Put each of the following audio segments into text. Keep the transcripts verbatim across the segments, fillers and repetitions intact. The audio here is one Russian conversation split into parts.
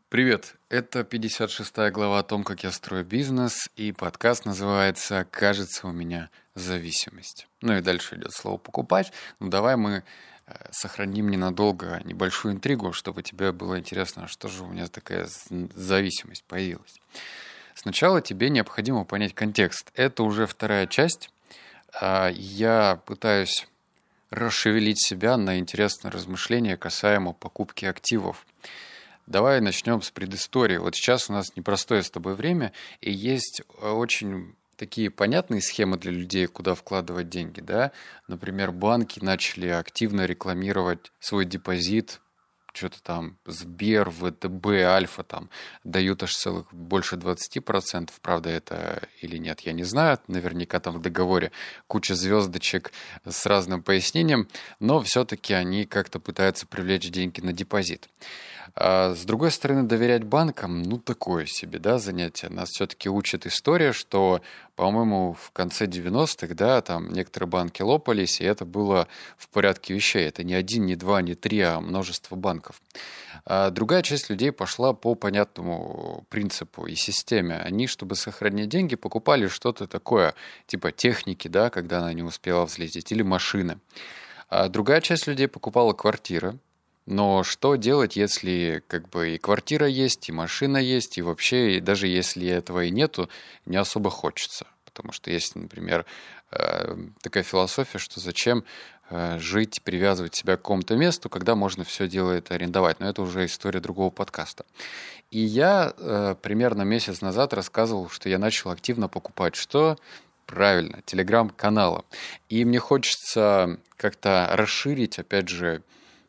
Привет, это пятьдесят шестая глава о том, как я строю бизнес, и подкаст называется «Кажется, у меня зависимость». Ну и дальше идет слово «покупать». Ну давай мы э, сохраним ненадолго небольшую интригу, чтобы тебе было интересно, что же у меня такая з- зависимость появилась. Сначала тебе необходимо понять контекст. Это уже вторая часть. А, Я пытаюсь расшевелить себя на интересные размышления касаемо покупки активов. Давай начнем с предыстории. Вот сейчас у нас непростое с тобой время, и есть э, очень такие понятные схемы для людей, куда вкладывать деньги, да. Например, банки начали активно рекламировать свой депозит, что-то там Сбер, ВТБ, Альфа там дают аж целых больше двадцати процентов. Правда это или нет, я не знаю. Наверняка там в договоре куча звездочек с разным пояснением, но все-таки они как-то пытаются привлечь деньги на депозит. А с другой стороны, доверять банкам, ну, такое себе, да, занятие. Нас все-таки учит история, что, по-моему, в конце девяностых, да, там некоторые банки лопались, и это было в порядке вещей. Это не один, не два, не три, а множество банков. А другая часть людей пошла по понятному принципу и системе. Они, чтобы сохранить деньги, покупали что-то такое, типа техники, да, когда она не успела взлететь, или машины. А другая часть людей покупала квартиры. Но что делать, если как бы и квартира есть, и машина есть, и вообще, и даже если этого и нету, не особо хочется. Потому что есть, например, э, такая философия, что зачем э, жить, привязывать себя к какому-то месту, когда можно все дело это арендовать. Но это уже история другого подкаста. И я э, примерно месяц назад рассказывал, что я начал активно покупать что? Правильно, телеграм-каналы. И мне хочется как-то расширить, опять же,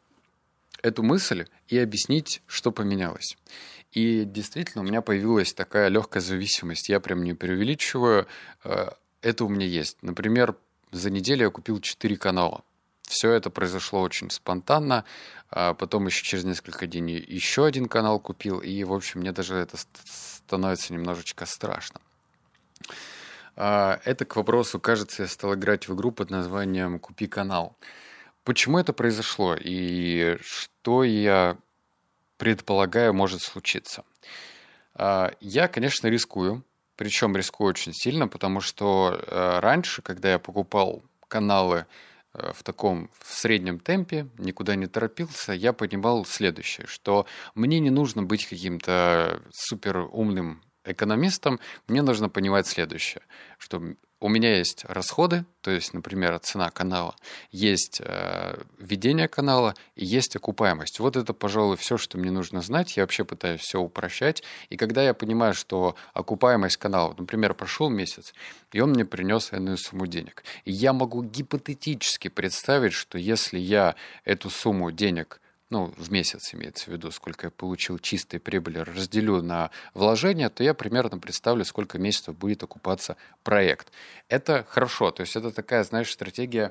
эту мысль и объяснить, что поменялось. И действительно, у меня появилась такая легкая зависимость. Я прям не преувеличиваю. э, Это у меня есть. Например, за неделю я купил четыре канала. Все это произошло очень спонтанно. а Потом еще через несколько дней еще один канал купил. И, в общем, мне даже это ст- становится немножечко страшно. А, Это к вопросу, кажется, я стал играть в игру под названием «Купи канал». Почему это произошло и что я предполагаю может случиться? А, Я, конечно, рискую, причем рискую очень сильно, потому что э, раньше, когда я покупал каналы э, в таком в среднем темпе, никуда не торопился, я понимал следующее, что мне не нужно быть каким-то супер умным экономистом, мне нужно понимать следующее, что у меня есть расходы, то есть, например, цена канала, есть э, ведение канала и есть окупаемость. Вот это, пожалуй, все, что мне нужно знать. Я вообще пытаюсь все упрощать. И когда я понимаю, что окупаемость канала, например, прошел месяц, и он мне принес энную сумму денег, и я могу гипотетически представить, что если я эту сумму денег, ну, в месяц имеется в виду, сколько я получил чистой прибыли, разделю на вложения, то я примерно представлю, сколько месяцев будет окупаться проект. Это хорошо, то есть это такая, знаешь, стратегия,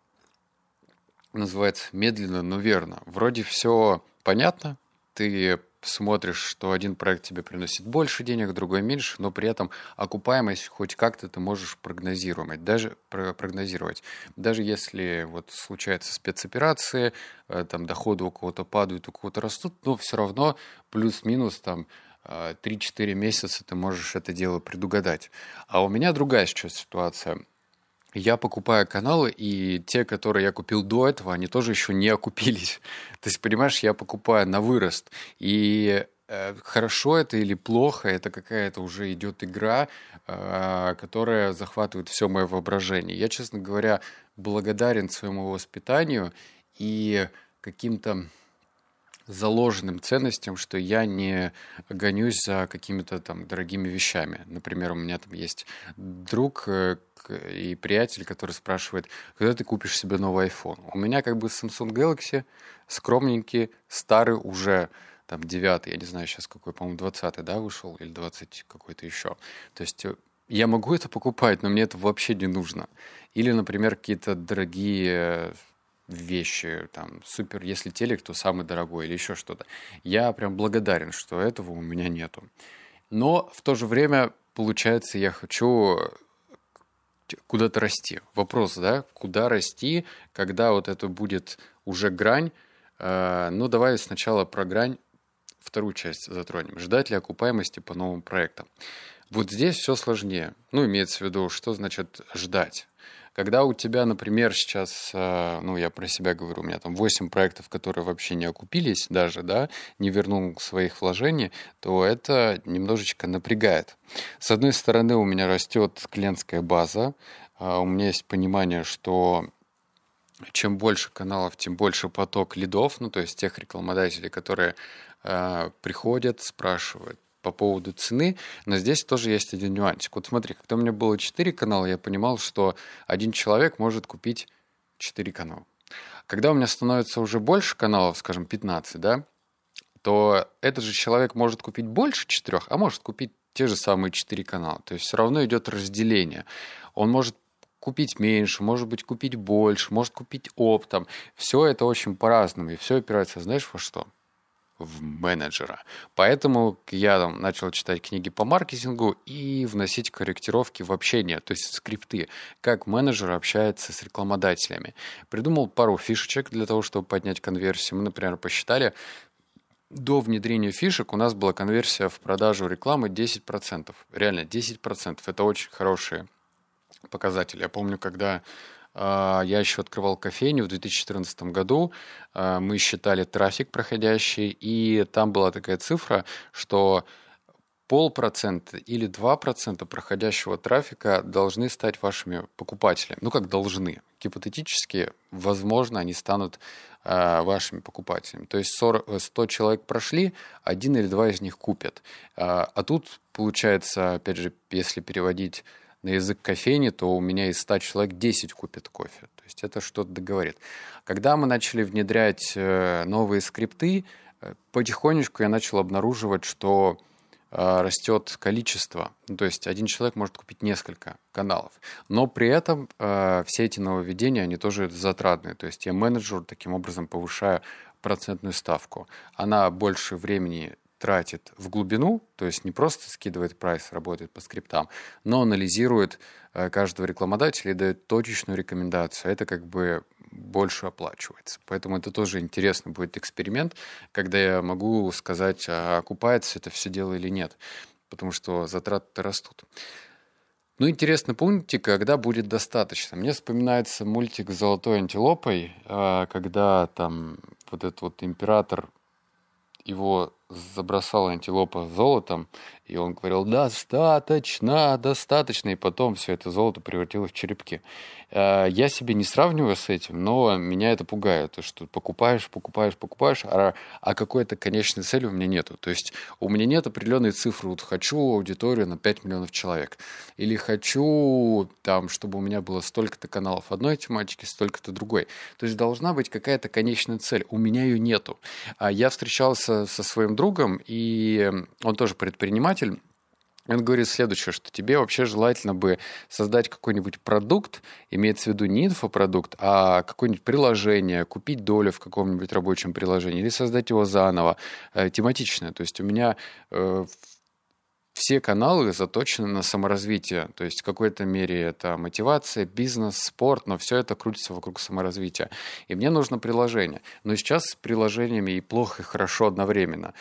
называется медленно, но верно. Вроде все понятно, ты смотришь, что один проект тебе приносит больше денег, другой меньше, но при этом окупаемость хоть как-то ты можешь прогнозировать, даже про- прогнозировать. Даже если вот случаются спецоперации, э, там доходы у кого-то падают, у кого-то растут, но все равно плюс-минус там э, три-четыре месяца ты можешь это дело предугадать. А у меня другая сейчас ситуация. Я покупаю каналы, и те, которые я купил до этого, они тоже еще не окупились. То есть, понимаешь, я покупаю на вырост. И э, хорошо это или плохо, это какая-то уже идет игра, э, которая захватывает все мое воображение. Я, честно говоря, благодарен своему воспитанию и каким-то заложенным ценностям, что я не гонюсь за какими-то там дорогими вещами. Например, у меня там есть друг э, к- и приятель, который спрашивает, когда ты купишь себе новый iPhone. У меня как бы Samsung Galaxy, скромненький, старый уже, там, девятый, я не знаю сейчас какой, по-моему, двадцатый, да, вышел, или двадцать какой-то еще. То есть э, я могу это покупать, но мне это вообще не нужно. Или, например, какие-то дорогие вещи, там, супер, если телек, то самый дорогой или еще что-то. Я прям благодарен, что этого у меня нету. Но в то же время, получается, я хочу куда-то расти. Вопрос, да, куда расти, когда вот это будет уже грань. Э, Ну, давай сначала про грань вторую часть затронем. Ждать ли окупаемости по новым проектам? Вот здесь все сложнее. Ну, имеется в виду, что значит ждать. Когда у тебя, например, сейчас, ну, я про себя говорю, у меня там восемь проектов, которые вообще не окупились даже, да, не вернул своих вложений, то это немножечко напрягает. С одной стороны, у меня растет клиентская база, у меня есть понимание, что чем больше каналов, тем больше поток лидов, ну, то есть тех рекламодателей, которые э, приходят, спрашивают по поводу цены, но здесь тоже есть один нюансик. Вот смотри, когда у меня было четыре канала, я понимал, что один человек может купить четыре канала. Когда у меня становится уже больше каналов, скажем, пятнадцать, да, то этот же человек может купить больше четырех, а может купить те же самые четыре канала. То есть все равно идет разделение. Он может купить меньше, может быть, купить больше, может купить оптом. Все это очень по-разному, и все опирается, знаешь, во что? В менеджера. Поэтому я там начал читать книги по маркетингу и вносить корректировки в общение, то есть скрипты, как менеджер общается с рекламодателями. Придумал пару фишечек для того, чтобы поднять конверсию. Мы, например, посчитали, до внедрения фишек у нас была конверсия в продажу рекламы десять процентов. Реально, десять процентов. Это очень хорошие показатели. Я помню, когда я еще открывал кофейню в две тысячи четырнадцатом году, мы считали трафик проходящий, и там была такая цифра, что полпроцента или два процента проходящего трафика должны стать вашими покупателями. Ну, как должны. Гипотетически, возможно, они станут вашими покупателями. То есть сто человек прошли, один или два из них купят. А тут, получается, опять же, если переводить на язык кофейни, то у меня из ста человек десять купят кофе. То есть это что-то договорит. Когда мы начали внедрять новые скрипты, потихонечку я начал обнаруживать, что растет количество. Ну, то есть один человек может купить несколько каналов. Но при этом все эти нововведения, они тоже затратные. То есть я менеджеру таким образом повышаю процентную ставку. Она больше времени тратит в глубину, то есть не просто скидывает прайс, работает по скриптам, но анализирует каждого рекламодателя и дает точечную рекомендацию. Это как бы больше оплачивается. Поэтому это тоже интересный будет эксперимент, когда я могу сказать, а окупается это все дело или нет, потому что затраты растут. Ну, интересный пунктик, когда будет достаточно. Мне вспоминается мультик с золотой антилопой, когда там вот этот вот император, его забросала антилопа золотом, и он говорил: достаточно, достаточно, и потом все это золото превратилось в черепки. Я себе не сравниваю с этим, но меня это пугает, то, что покупаешь, покупаешь, покупаешь, а, а какой-то конечной цели у меня нету. То есть у меня нет определенной цифры, вот хочу аудиторию на пять миллионов человек, или хочу, там, чтобы у меня было столько-то каналов одной тематики, столько-то другой. То есть должна быть какая-то конечная цель, у меня ее нету. Я встречался со своим другом, и он тоже предприниматель. Он говорит следующее, что тебе вообще желательно бы создать какой-нибудь продукт, имеется в виду не инфопродукт, а какое-нибудь приложение, купить долю в каком-нибудь рабочем приложении или создать его заново, э, тематичное. То есть у меня э, все каналы заточены на саморазвитие, то есть в какой-то мере это мотивация, бизнес, спорт, но все это крутится вокруг саморазвития. И мне нужно приложение. Но сейчас с приложениями и плохо, и хорошо одновременно.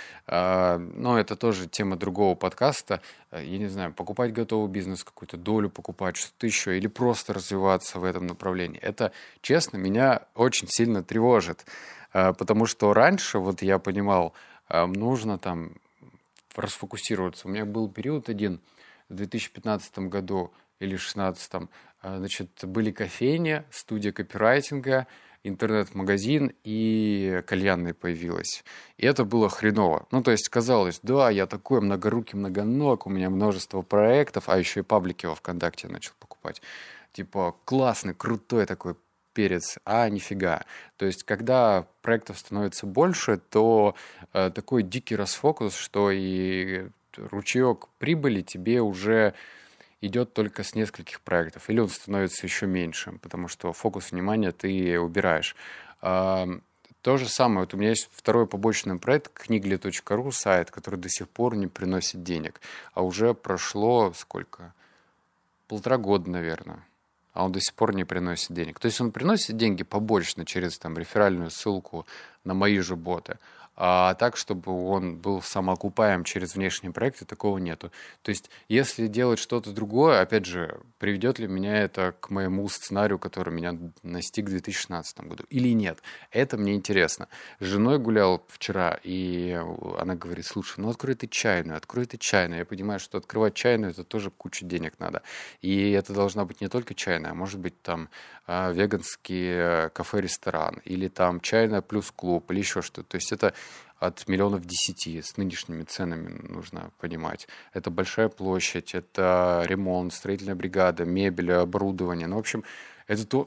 Но это тоже тема другого подкаста. Я не знаю, покупать готовый бизнес, какую-то долю покупать, что-то еще, или просто развиваться в этом направлении. Это, честно, меня очень сильно тревожит. Потому что раньше, вот я понимал, нужно там расфокусироваться. У меня был период один в две тысячи пятнадцатом году или две тысячи шестнадцатом. Значит, были кофейни, студия копирайтинга, интернет-магазин и кальянная появилась. И это было хреново. Ну, то есть казалось, да, я такой многорукий, многоног, у меня множество проектов, а еще и паблики во ВКонтакте начал покупать. Типа классный, крутой такой перец, а нифига. То есть, когда проектов становится больше, то э, такой дикий расфокус, что и ручеек прибыли тебе уже идет только с нескольких проектов, или он становится еще меньше, потому что фокус внимания ты убираешь. Э, то же самое, вот у меня есть второй побочный проект, книгли точка ру, сайт, который до сих пор не приносит денег, а уже прошло сколько? Полтора года, наверное. А он до сих пор не приносит денег. То есть он приносит деньги побочно через там, реферальную ссылку на мои же боты. А так, чтобы он был самоокупаем через внешние проекты, такого нету. То есть, если делать что-то другое, опять же, приведет ли меня это к моему сценарию, который меня настиг в две тысячи шестнадцатом году, или нет? Это мне интересно. С женой гулял вчера, и она говорит: слушай, ну открой ты чайную, открой ты чайную. Я понимаю, что открывать чайную — это тоже куча денег надо. И это должна быть не только чайная, а может быть там э, веганский кафе-ресторан, или там чайная плюс клуб, или еще что-то. То есть это от миллионов десяти, с нынешними ценами, нужно понимать. Это большая площадь, это ремонт, строительная бригада, мебель, оборудование. Ну, в общем, это то...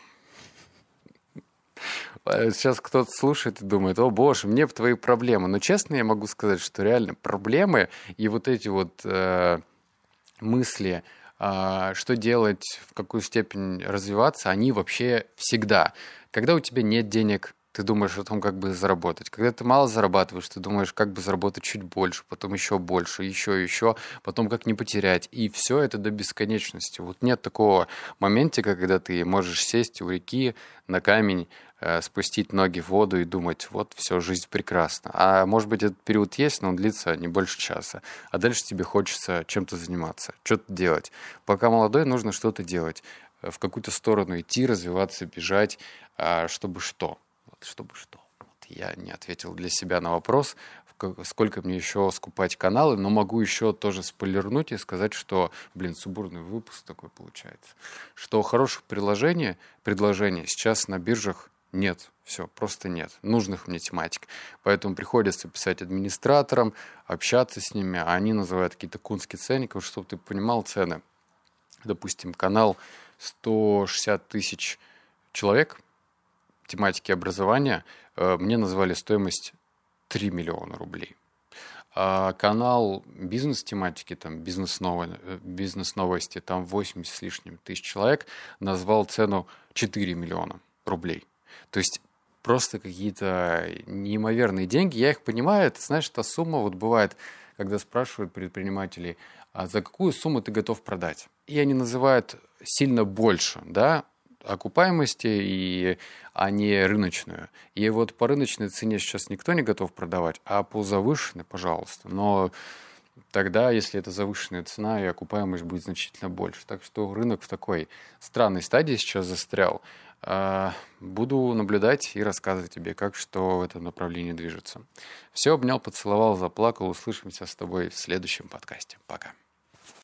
Сейчас кто-то слушает и думает: о боже, мне бы твои проблемы. Но честно я могу сказать, что реально проблемы и вот эти вот э, мысли, э, что делать, в какую степень развиваться, они вообще всегда. Когда у тебя нет денег, ты думаешь о том, как бы заработать. Когда ты мало зарабатываешь, ты думаешь, как бы заработать чуть больше, потом еще больше, еще, еще, потом как не потерять. И все это до бесконечности. Вот нет такого моментика, когда ты можешь сесть у реки на камень, э, спустить ноги в воду и думать: вот, все, жизнь прекрасна. А может быть, этот период есть, но он длится не больше часа. А дальше тебе хочется чем-то заниматься, что-то делать. Пока молодой, нужно что-то делать, в какую-то сторону идти, развиваться, бежать, а чтобы что? Чтобы что? Вот я не ответил для себя на вопрос, сколько мне еще скупать каналы, но могу еще тоже спойлернуть и сказать, что, блин, сумбурный выпуск такой получается, что хороших приложений, предложений сейчас на биржах нет. Все, просто нет. Нужных мне тематик. Поэтому приходится писать администраторам, общаться с ними, а они называют какие-то кунские ценники, чтобы ты понимал цены. Допустим, канал сто шестьдесят тысяч человек, тематики образования, мне назвали стоимость три миллиона рублей. А канал бизнес-тематики, там бизнес-новости, бизнес-новости, там восемьдесят с лишним тысяч человек, назвал цену четыре миллиона рублей. То есть просто какие-то неимоверные деньги. Я их понимаю, это, знаешь, та сумма, вот бывает, когда спрашивают предпринимателей: а за какую сумму ты готов продать? И они называют сильно больше, да, окупаемости, и, а не рыночную. И вот по рыночной цене сейчас никто не готов продавать, а по завышенной, пожалуйста. Но тогда, если это завышенная цена, и окупаемость будет значительно больше. Так что рынок в такой странной стадии сейчас застрял. Буду наблюдать и рассказывать тебе, как что в этом направлении движется. Все, обнял, поцеловал, заплакал. Услышимся с тобой в следующем подкасте. Пока.